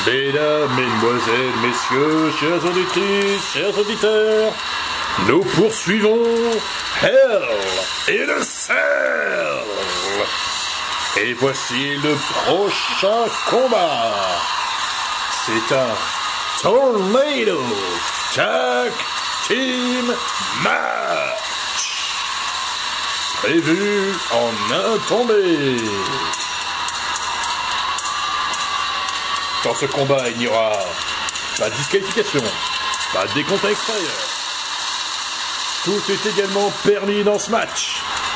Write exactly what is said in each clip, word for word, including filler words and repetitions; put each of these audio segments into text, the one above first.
Mesdames, mesdemoiselles, messieurs, chères auditrices, chers auditeurs, nous poursuivons Hell in a Cell. Et voici le prochain combat. C'est un Tornado Tag Team Match. Prévu en un tombé. Dans ce combat, il n'y aura pas de disqualification, pas de décompte à l'extérieur. Tout est également permis dans ce match.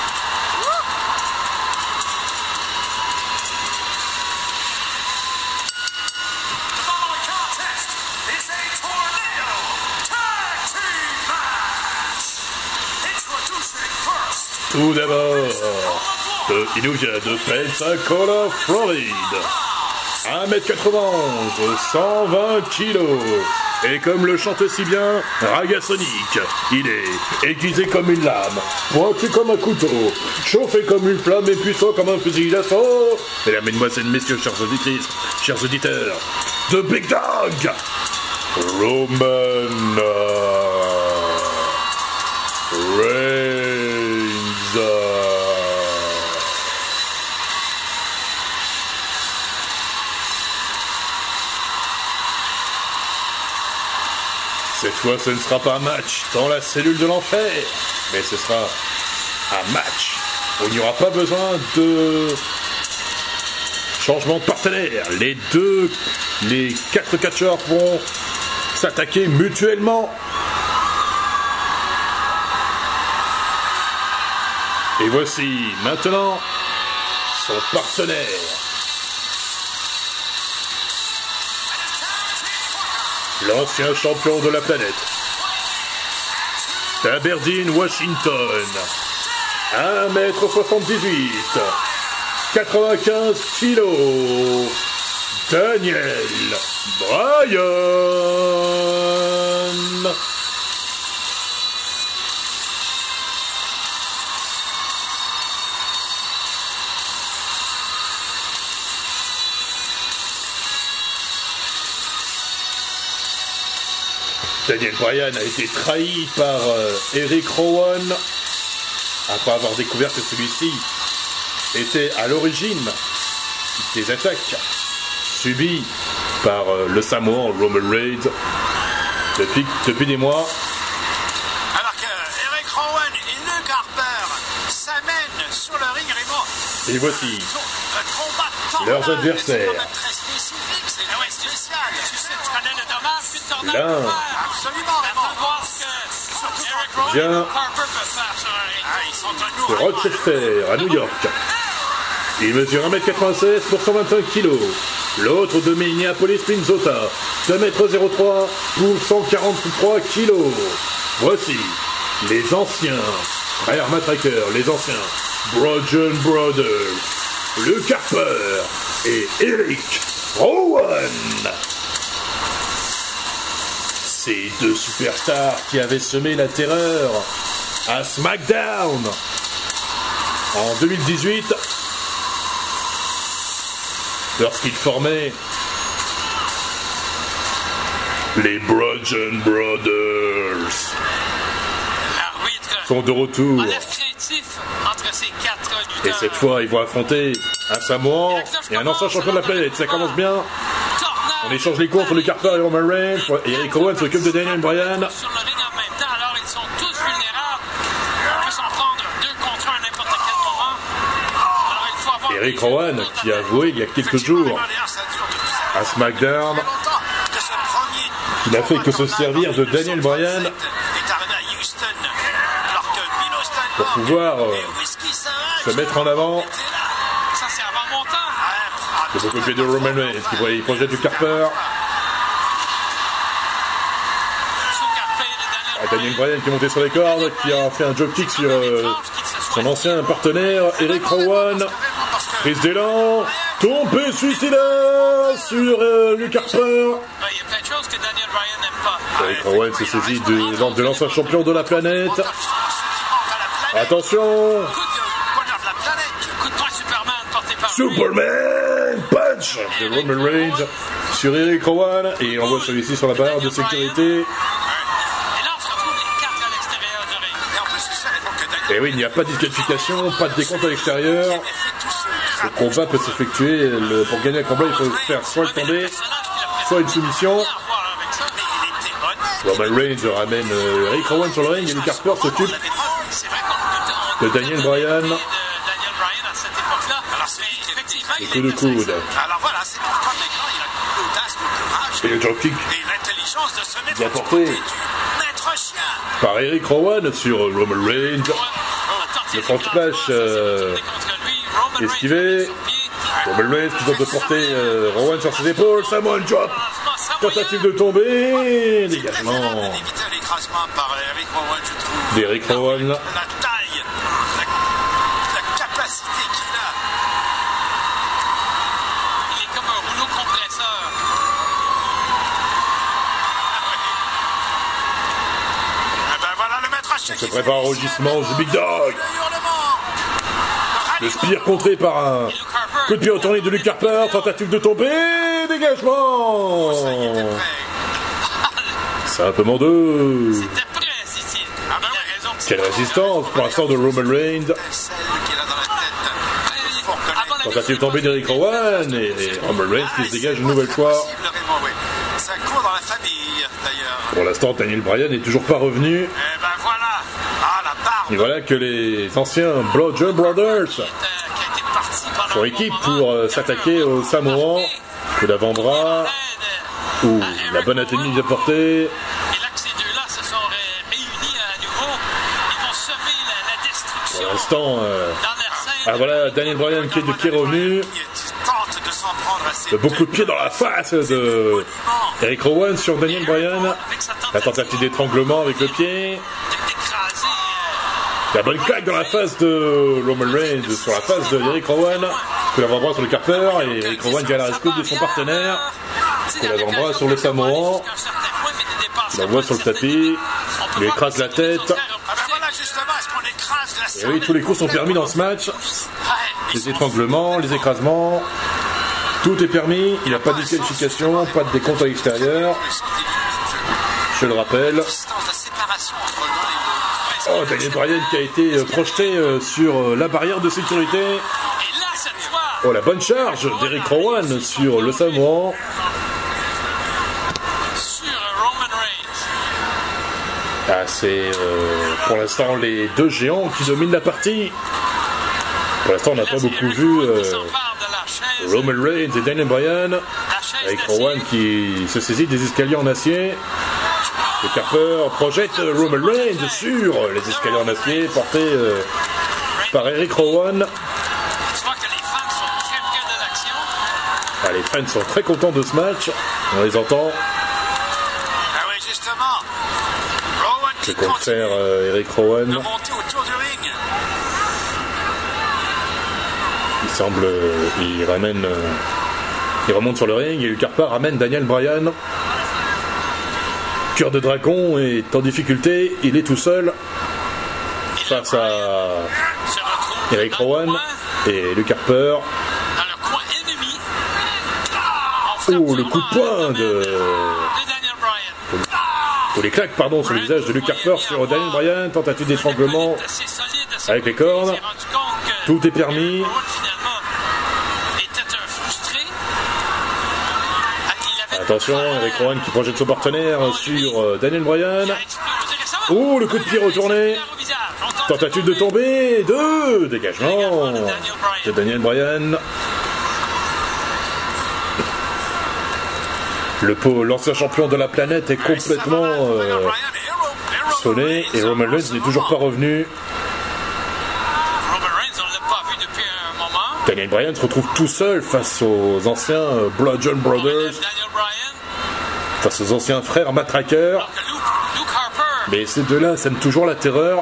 Tout d'abord, de, il nous vient de Pensacola, Floride. un mètre quatre-vingt-onze, cent vingt kilos. Et comme le chante si bien Ragasonic, il est aiguisé comme une lame, pointu comme un couteau, chauffé comme une flamme et puissant comme un fusil d'assaut. Mesdames, mesdemoiselles, messieurs, chers auditrices, chers auditeurs, The Big Dog, Roman Reigns. Cette fois, ce ne sera pas un match dans la cellule de l'enfer, mais ce sera un match où il n'y aura pas besoin de changement de partenaire. Les deux, les quatre catcheurs pourront s'attaquer mutuellement. Et voici maintenant son partenaire. L'ancien champion de la planète, d'Aberdeen, Washington, un mètre soixante-dix-huit, quatre-vingt-quinze kilos, Daniel Bryan. Daniel Bryan a été trahi par euh, Eric Rowan après avoir découvert que celui-ci était à l'origine des attaques subies par euh, le Samoan Roman Reigns depuis, depuis des mois. Alors que Eric Rowan et Luke Harper s'amènent sur le ring, Raymond. Et voici leurs adversaires. L'un vient de Rochester, à New York. Il mesure un mètre quatre-vingt-seize pour cent vingt-cinq kilos. L'autre de Minneapolis, Minnesota, deux mètres zéro trois pour cent quarante-trois kilos. Voici les anciens frères Matraker, les anciens Broden Brothers, Luke Harper et Eric Rowan. Ces deux superstars qui avaient semé la terreur à SmackDown en deux mille dix-huit, lorsqu'ils formaient les Broden Brothers, sont de retour. Et cette fois, ils vont affronter un Samoan et un ancien champion de la planète. Ça commence bien. On échange les comptes, Luke Harper et Roman Reigns. Et Eric Rowan s'occupe de Daniel Bryan. Eric Rowan, qui a avoué il y a quelques jours à SmackDown qu'il n'a fait que se servir de Daniel Bryan pour pouvoir euh, se mettre en avant. De s'occuper de Roman Reigns qui voit, il projette du Harper. Ah, Daniel Bryan qui est monté sur les cordes, qui a fait un dropkick sur euh, son ancien partenaire Eric Rowan. Prise d'élan, tombé suicidaire sur euh, Luke Harper. Eric Rowan s'est saisi de, de l'ancien champion de la planète. Attention, Superman, pas clutch de Roman Reigns sur Eric Rowan et on voit celui-ci sur la barrière de sécurité. Et oui, il n'y a pas de disqualification, pas de décompte à l'extérieur. Le combat peut s'effectuer. Le... Pour gagner le combat, il faut faire soit le tomber, soit une soumission. Roman Reigns ramène euh, Eric Rowan sur le ring et Luke Harper s'occupe de Daniel Bryan. Le coup de coude. Et le dropkick bien porté par Eric Rowan sur Roman Reigns. Le front splash euh, esquivé. Roman Reigns qui doit porter euh, Rowan sur ses épaules. Samoan drop. Tentative de tomber. Dégagement d'Eric Rowan. La taille, la, la capacité qu'il a. Il est comme un rouleau compresseur. Ah ben voilà le maître à On se prépare au rugissement du Big Dog. Le spear contré par un coup de pied retourné de Luke Harper. Tentative de tomber. Dégagement. Simplement deux. Quelle résistance pour l'instant de Roman Reigns. Tentative tombée d'Eric Rowan et Roman Reigns qui se dégage une nouvelle fois. Pour l'instant, Daniel Bryan n'est toujours pas revenu. Et voilà que les anciens Bludgeon Brothers font équipe pour euh, s'attaquer aux Samoans. Coup d'avant-bras. Ouh, la bonne attitude bien portée. Pour l'instant, euh... ah voilà, Daniel Bryan qui est, qui est revenu. Beaucoup de pieds dans la face de Eric Rowan sur Daniel Bryan. La tentative d'étranglement avec le pied. La bonne claque dans la face de Roman Reigns sur la face de Eric Rowan. Que l'avant-bras sur le Harper et Eric Rowan qui a la rescousse de son partenaire. Que l'avant-bras sur le Samoan. Il l'envoie sur le tapis. Il lui écrase la tête. Et oui, tous les coups sont permis dans ce match. Les étranglements, les écrasements. Tout est permis. Il n'y a pas de disqualification, pas de décompte à l'extérieur. Je le rappelle. Oh, Daniel Bryan qui a été projeté sur la barrière de sécurité. Oh, la bonne charge d'Eric Rowan sur le Samoan. Ah, c'est euh, pour l'instant les deux géants qui dominent la partie. Pour l'instant, on n'a pas beaucoup vu euh, Roman Reigns et Daniel Bryan. Avec Rowan qui se saisit des escaliers en acier. Le Harper projette Roman Reigns sur les escaliers en acier portés euh, par Eric Rowan. Ah, les fans sont très contents de ce match. On les entend. Que compte faire euh, Eric Rowan. Il semble, euh, il ramène, euh, il remonte sur le ring et Luke Harper ramène Daniel Bryan. Cœur de dragon est en difficulté, il est tout seul face à Eric Rowan et Luke Harper. Oh, le coup de poing de... Ou les claques, pardon, sur le visage de Luke Harper sur Daniel Bryan. Tentative d'étranglement avec les cordes. Tout est permis. Attention, Eric Rowan qui projette son partenaire sur Daniel Bryan. Oh, le coup de pied retourné. Tentative de tomber. Deux. Dégagement de Daniel Bryan. Le pot, l'ancien champion de la planète est complètement euh, sonné et Roman Reigns n'est toujours pas revenu. Daniel Bryan se retrouve tout seul face aux anciens euh, Bludgeon Brothers, face aux anciens frères matraqueurs. Mais ces deux-là sèment toujours la terreur.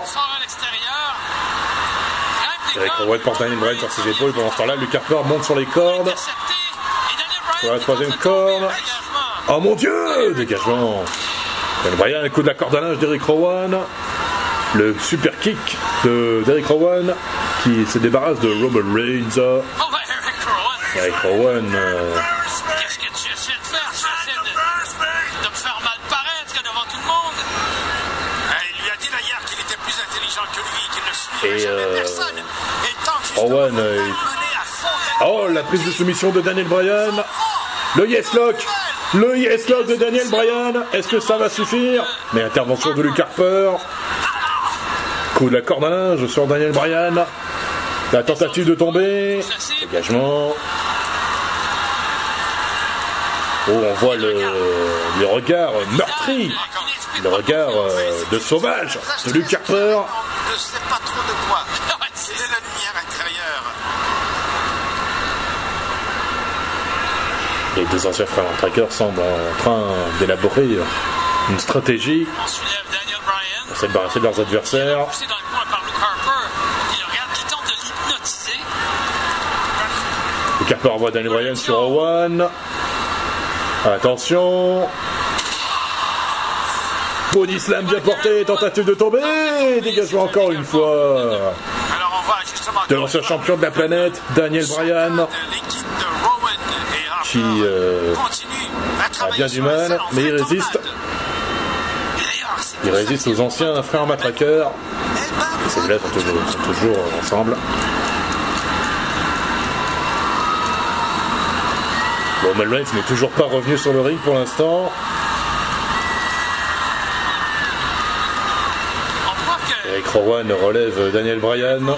Eric Rowan porte Daniel Bryan sur ses épaules. Pendant ce temps-là, Luke Harper monte sur les cordes. Sur la troisième corde. Oh mon Dieu! Dégagement! Daniel Bryan, un coup de la corde à linge d'Eric Rowan. Le super kick de d'Eric Rowan qui se débarrasse de Roman Reigns. Eric Rowan. Euh... Qu'est-ce que tu essaies de faire? Tu essaies de, de me faire mal paraître devant tout le monde. Il lui a dit d'ailleurs qu'il était plus intelligent que lui, qu'il ne suivrait jamais euh... personne. Et tant que Rowan. Euh... Oh, la prise de soumission de Daniel Bryan. Le yes lock. Le yes lock de Daniel Bryan. Est-ce que ça va suffire? Mais intervention de Luke Harper. Coup de la corde à linge sur Daniel Bryan. La tentative de tomber. Dégagement. Oh, on voit le, le regard meurtri. Le regard euh, de sauvage de Luke Harper. Je ne sais pas trop de quoi. C'est la lumière intérieure. Les deux anciens frères Tracker semblent en train d'élaborer une stratégie pour se débarrasser de leurs adversaires. Luke Harper envoie Daniel Bryan sur Rowan. Attention. Body slam bien porté, tentative de tomber. Dégagement encore une fois de l'ancien champion de la planète, Daniel Bryan, qui euh, a bien du mal, mais il résiste. Il résiste aux anciens frères Matraqueurs. Et ces deux-là sont toujours, sont toujours ensemble. Roman Reigns n'est toujours pas revenu sur le ring pour l'instant. Eric Rowan relève Daniel Bryan.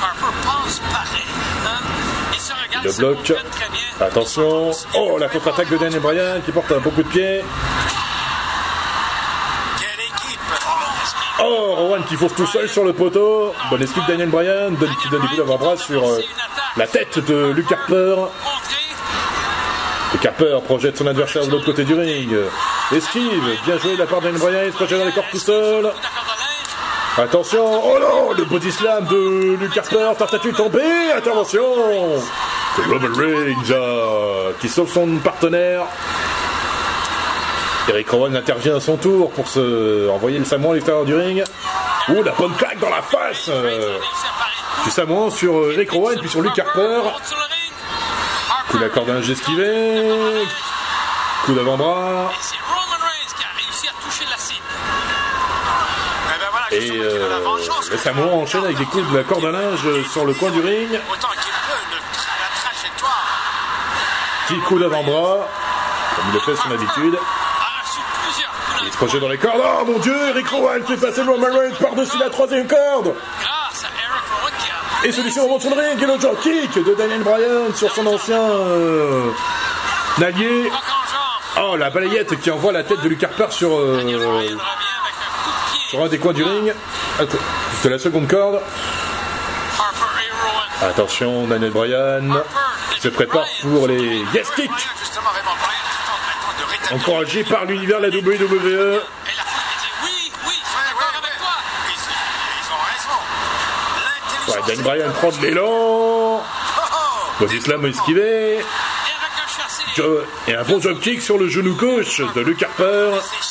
Il le bloque. Attention. Oh, la contre-attaque de Daniel Bryan qui porte un beau coup de pied. Oh, Rowan qui fonce tout seul sur le poteau. Bonne esquive de Daniel Bryan qui donne des coups d'avant-bras sur euh, la tête de Luke Harper. Luke Harper projette son adversaire de l'autre côté du ring. Esquive, bien joué de la part de Daniel Bryan, il se projette dans les cordes tout seul. Attention, oh non, le body slam de Luke Harper, tentative tombée, intervention de Roman Reigns euh, qui sauve son partenaire. Eric Rowan intervient à son tour pour se envoyer le Samoan à l'extérieur du ring. Ouh, la bonne claque dans la face euh, du Samoan sur euh, Eric Rowan puis sur Luke Harper. Coup d'accord d'un geste esquivé. Coup d'avant-bras. Et euh, le Samoan enchaîne avec des coups de la corde à linge sur le coin du ring. Petit coup d'avant-bras, comme il le fait à son habitude. Il se projette dans les cordes. Oh mon Dieu, Eric Rowan fait passer Roman Reigns par-dessus la troisième corde. Et celui-ci remonte sur le ring. Et le drop kick de Daniel Bryan sur son ancien euh, allié. Oh, la balayette qui envoie la tête de Luke Harper sur, euh, sur un des coins du ring. De la seconde corde. Attention, Daniel Bryan se prépare pour les yes kicks. Encouragé par l'univers de la W W E. Ouais, Daniel Bryan prend de l'élan. Body slam esquivé. Et un bon jump kick sur le genou gauche de Luke Harper.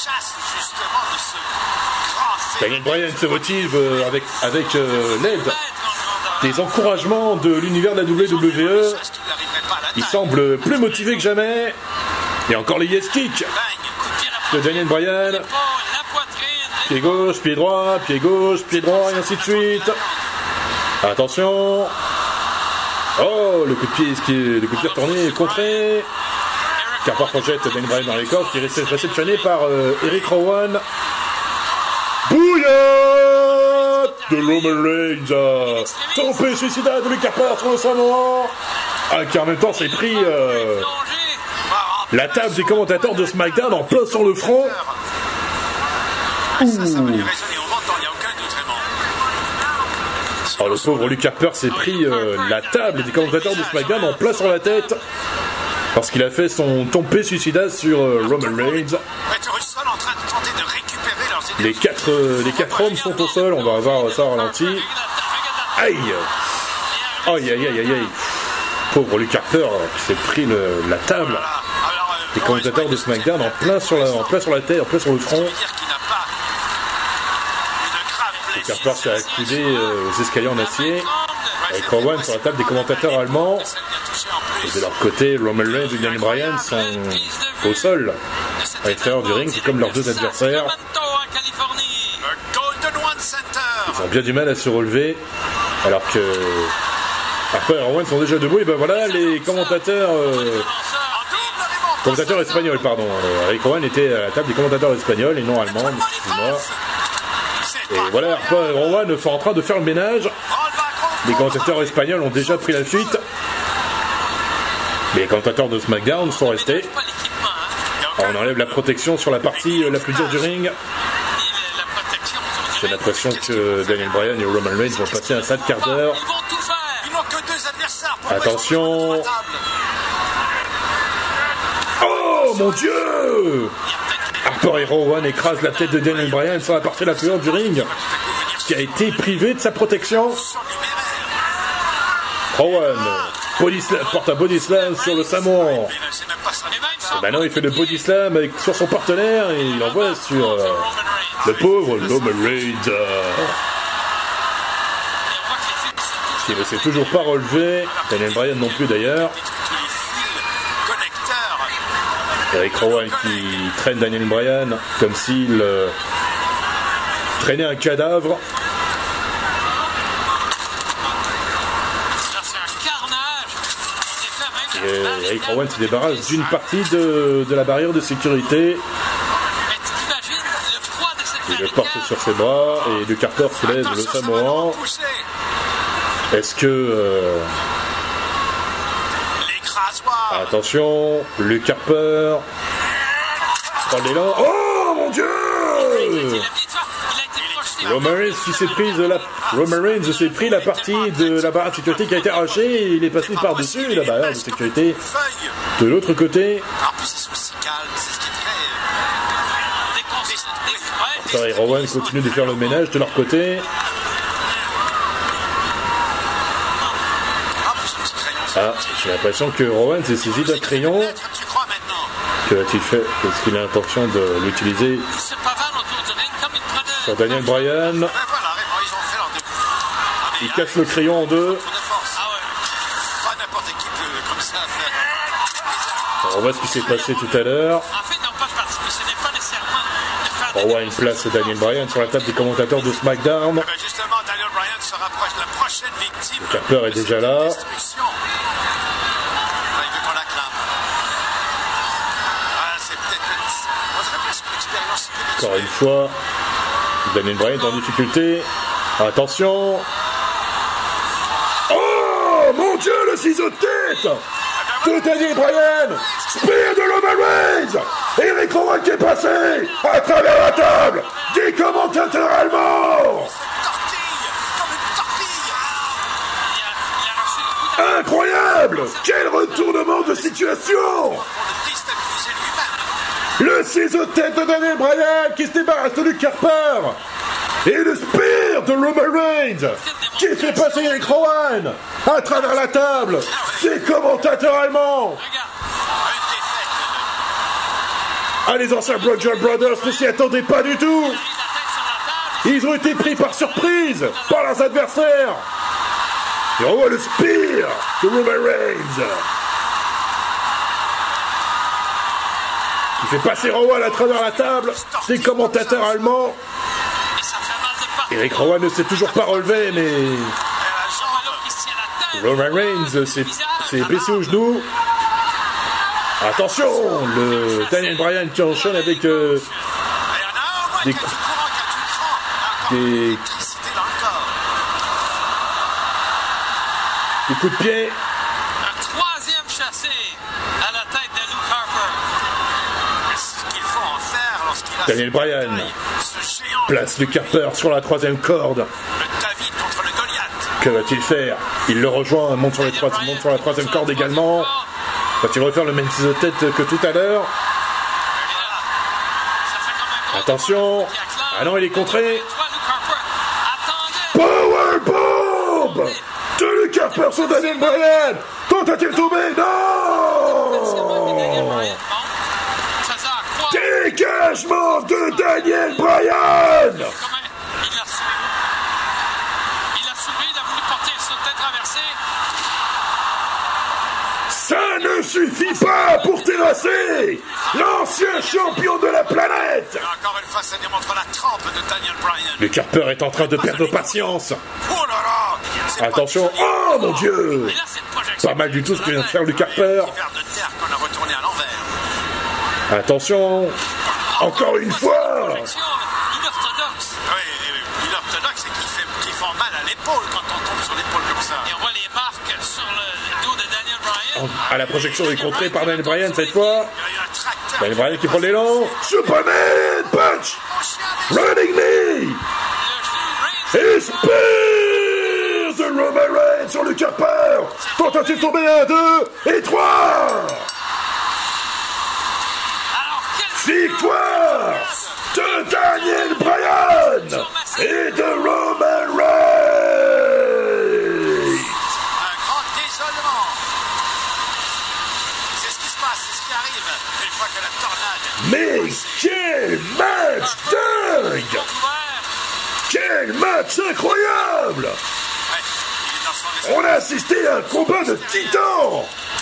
Daniel Bryan se motive avec, avec euh, l'aide des encouragements de l'univers de la W W E. Il semble plus motivé que jamais. Et encore les yes kicks de Daniel Bryan. Pied gauche, pied droit, pied gauche, pied droit, et ainsi de suite. Attention. Oh, le coup de pied, le coup de pied retourné, contré. Harper projette Daniel Bryan dans les cordes, qui est réceptionné par euh, Eric Rowan. Bouillette de Roman Reigns. Tombé suicidaire de Luke Harper sur le Samoan. Ah, qui en même temps s'est pris euh, la table des commentateurs de SmackDown en plein sur le front. Ouh. Oh, le pauvre Luke Harper s'est pris euh, la table des commentateurs de SmackDown en plein sur la tête parce qu'il a fait son tombé suicidaire sur euh, Roman Reigns. Les quatre, euh, les quatre hommes sont au sol, on va avoir ça ralenti. Aïe. Aïe aïe aïe aïe aïe. Pauvre Luke Harper qui s'est pris le, la table des commentateurs de SmackDown en plein sur la, en plein sur la tête, en plein sur le front. Luke Harper s'est acculé euh, aux escaliers en acier. Avec Rowan sur la table des commentateurs allemands. Et de leur côté, Roman Reigns et Daniel Bryan sont au sol, à l'extérieur du ring, comme leurs deux adversaires. Ils ont bien du mal à se relever, alors que Harper et Rowan sont déjà debout. Et ben voilà, les commentateurs, euh, commentateurs espagnols, pardon. Eric Rowan était à la table des commentateurs espagnols et non allemands, excusez-moi. Et voilà, Harper et Rowan sont en train de faire le ménage. Les commentateurs espagnols ont déjà pris la fuite. Les commentateurs de SmackDown sont restés. Alors on enlève la protection sur la partie la plus dure du ring. J'ai l'impression que Daniel Bryan et Roman Reigns vont passer un sale quart d'heure. Attention. Oh mon Dieu! Harper et Rowan écrasent la tête de Daniel Bryan sur la partie la plus haute du ring, qui a été privé de sa protection. Rowan body slam, porte un body slam sur le Samoan. Et maintenant il fait le body slam avec, sur son partenaire et il envoie sur euh, le pauvre Roman Reigns. Qui ne s'est toujours pas relevé. Daniel Bryan non plus d'ailleurs. Eric Rowan qui traîne Daniel Bryan comme s'il euh, traînait un cadavre. Et Eric Rowan se débarrasse d'une partie de, de la barrière de sécurité. Il le porte sur ses bras et Luke Harper soulève le Samoan. Est-ce que... Euh... Attention, Luke Harper prend l'élan. Oh mon Dieu! Roman Reigns qui s'est pris de la... Roman Reigns s'est pris la partie de la barrière de sécurité qui a été arrachée et il est passé par-dessus la barrière de sécurité de l'autre côté. Harper et Rowan continuent de faire le ménage de leur côté. Ah, j'ai l'impression que Rowan s'est saisi d'un crayon. Que a-t-il fait? Est-ce qu'il a l'intention de l'utiliser sur Daniel Bryan? Il casse le crayon en deux. On voit ce qui s'est passé tout à l'heure. Rowan place Daniel Bryan sur la table des commentateurs de SmackDown. Le Harper est déjà là. Encore une fois, Daniel Bryan est en difficulté. Attention. Oh mon Dieu, le ciseau de tête de Daniel Bryan. Spear de Roman Reigns. Eric Rowan qui est passé à travers la table des commentateurs allemands. Incroyable! Quel retournement de situation! Le ciseau de tête de Daniel Bryan qui se débarrasse de Luke Harper! Et le spear de Roman Reigns qui fait passer Eric Rowan à travers la table des commentateurs allemands! Ah, les anciens Bludgeon Brothers ne s'y attendaient pas du tout! Ils ont été pris par surprise par leurs adversaires! Et on voit le spear de Roman Reigns qui fait passer Rowan à travers la table des commentateurs allemands. Eric Rowan ne s'est toujours pas relevé, mais Roman Reigns s'est baissé au genou. Attention, le Daniel Bryan qui enchaîne avec euh, des, des Des coups de pied. Un troisième chassé à la tête de Luke Harper. Ce qu'il faut en faire lorsqu'il a... Daniel Bryan place Luke Harper sur la troisième corde. Le David contre le Goliath. Que va-t-il faire? Il le rejoint, monte sur, les trois, monte sur la troisième corde également. Va-t-il refaire le même ciseau de tête que tout à l'heure? Attention. Ah non, il est contré. Powerbomb de Luke Harper sur Daniel Bryan. Tentative tombée. Non. Dégagement de Daniel Bryan. Il l'a soulevé. Il l'a soulevé, il a voulu porter sur tête traversée. suffit pas pour terrasser l'ancien champion de la planète. Et encore une fois, ça démontre la trempe de Daniel Bryan. Luke Harper est en train de perdre patience. Oh là là, c'est Attention, pas oh mon Dieu. Et là, c'est une projection. Pas mal du tout ce que vient de faire Luke Harper. Un petit verre de terre qu'on a retourné à l'envers. Attention, encore une fois. Projection inorthodoxe. Oui, oui, inorthodoxe, c'est qu'ils fait, qu'ils font mal à l'épaule quand on tombe sur l'épaule comme ça. Et on voit les marques sur le dos de Daniel Bryan. À la projection est contrée par Daniel Bryan cette fois. Il y a eu un tracteur. Daniel Bryan qui prend l'élan. Superman punch. Running knee. Et spear de Roman Reigns sur Luke Harper. Tentative tombée un, deux et trois. Victoire de Daniel Bryan et de Roman Reigns. Un grand désolement. C'est ce qui se passe, c'est ce qui arrive une fois que la tornade. Mais quel match dingue! Quel match incroyable! Ouais, il est dans son On a assisté à un combat de titans!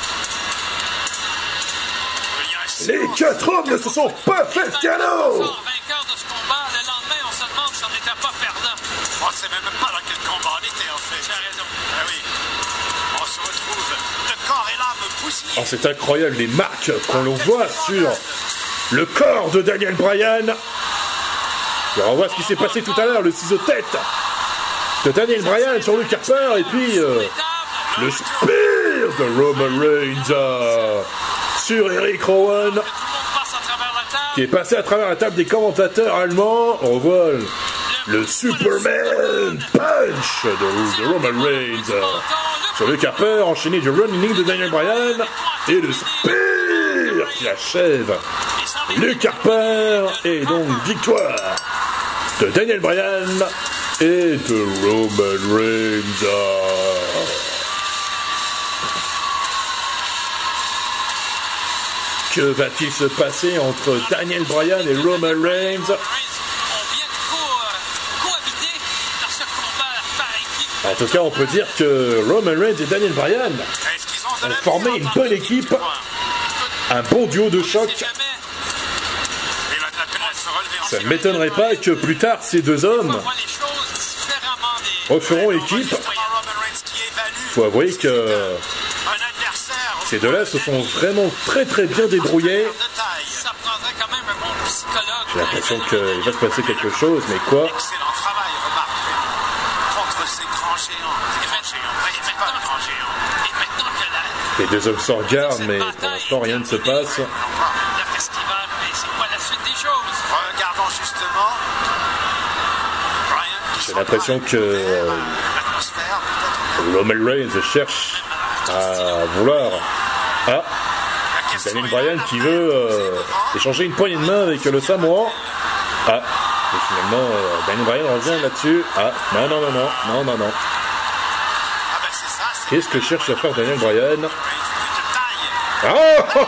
Les quatre hommes ne se sont pas fait de cadeau! Vainqueur de ce combat, le lendemain, on se demande si on n'était pas perdant. On ne sait même pas dans quel combat on était, en fait. Tu as raison. Ah oui. On se retrouve, le corps et l'âme bousillés. Oh, c'est incroyable les marques qu'on voit sur le corps de Daniel Bryan. Alors on voit ce qui s'est passé tout à l'heure, le ciseau tête de Daniel Bryan sur Luke Harper et puis euh, le spear de Roman Reigns euh, sur Eric Rowan qui est passé à travers la table des commentateurs allemands. On voit le, le Superman punch de, de Roman Reigns euh, sur Luke Harper, enchaîné du running de Daniel Bryan et le spear qui achève Luke Harper. Et donc victoire de Daniel Bryan et de Roman Reigns. Que va-t-il se passer entre Daniel Bryan et Roman Reigns? En tout cas, on peut dire que Roman Reigns et Daniel Bryan ont formé une bonne équipe, un bon duo de choc. Ça ne m'étonnerait pas que plus tard, ces deux hommes referont équipe. Il faut avouer que ces deux-là se sont vraiment très très bien débrouillés. J'ai l'impression qu'il va se passer quelque chose, mais quoi? Les deux hommes se regardent, mais pour l'instant rien ne se passe. J'ai l'impression que euh, Roman Reigns cherche à vouloir... Ah, Daniel Bryan qui veut euh, échanger une poignée de main avec le Samoan. Ah, et finalement euh, Daniel Bryan revient là-dessus. Ah, non, non, non, non, non, non, non. Qu'est-ce que cherche à faire Daniel Bryan? Ah,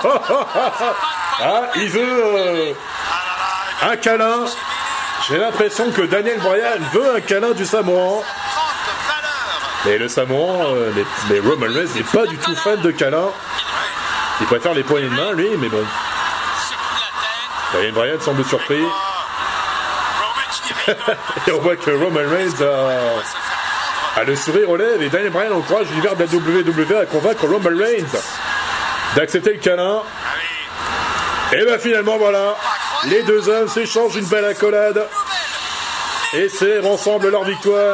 ah, il veut euh, un câlin. J'ai l'impression que Daniel Bryan veut un câlin du Samoan. Mais le Samoan, euh, les, les Roman Reigns n'est pas du tout fan de câlins. Il préfère les poignées de main, lui, mais bon. Daniel Bryan semble surpris. Et on voit que Roman Reigns a, a le sourire aux lèvres. Et Daniel Bryan encourage l'univers de la W W E à convaincre Roman Reigns d'accepter le câlin. Et ben finalement, voilà. Les deux hommes s'échangent une belle accolade et célèbrent ensemble leur victoire.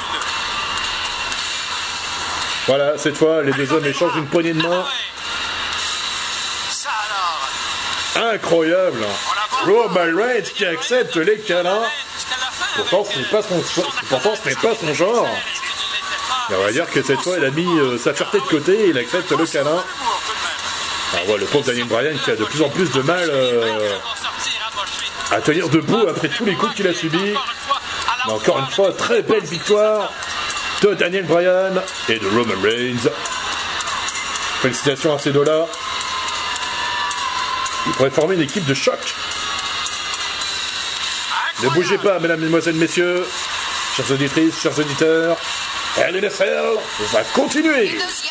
Voilà, cette fois, les deux hommes échangent une poignée de main. Incroyable. Roman Reigns qui accepte les câlins. Pourtant, ce n'est pas son, pourtant, ce n'est pas son genre. Et on va dire que cette fois, il a mis euh, sa fierté de côté et il accepte le câlin. Ah, voilà, le pauvre Daniel Bryan qui a de plus en plus de mal euh, à tenir debout après tous les coups qu'il a subis. Mais encore une fois, très belle victoire de Daniel Bryan et de Roman Reigns. Félicitations à ces deux-là. Ils pourraient former une équipe de choc. Ne bougez pas, mesdames, mesdemoiselles, messieurs, chères auditrices, chers auditeurs. L N F L va continuer.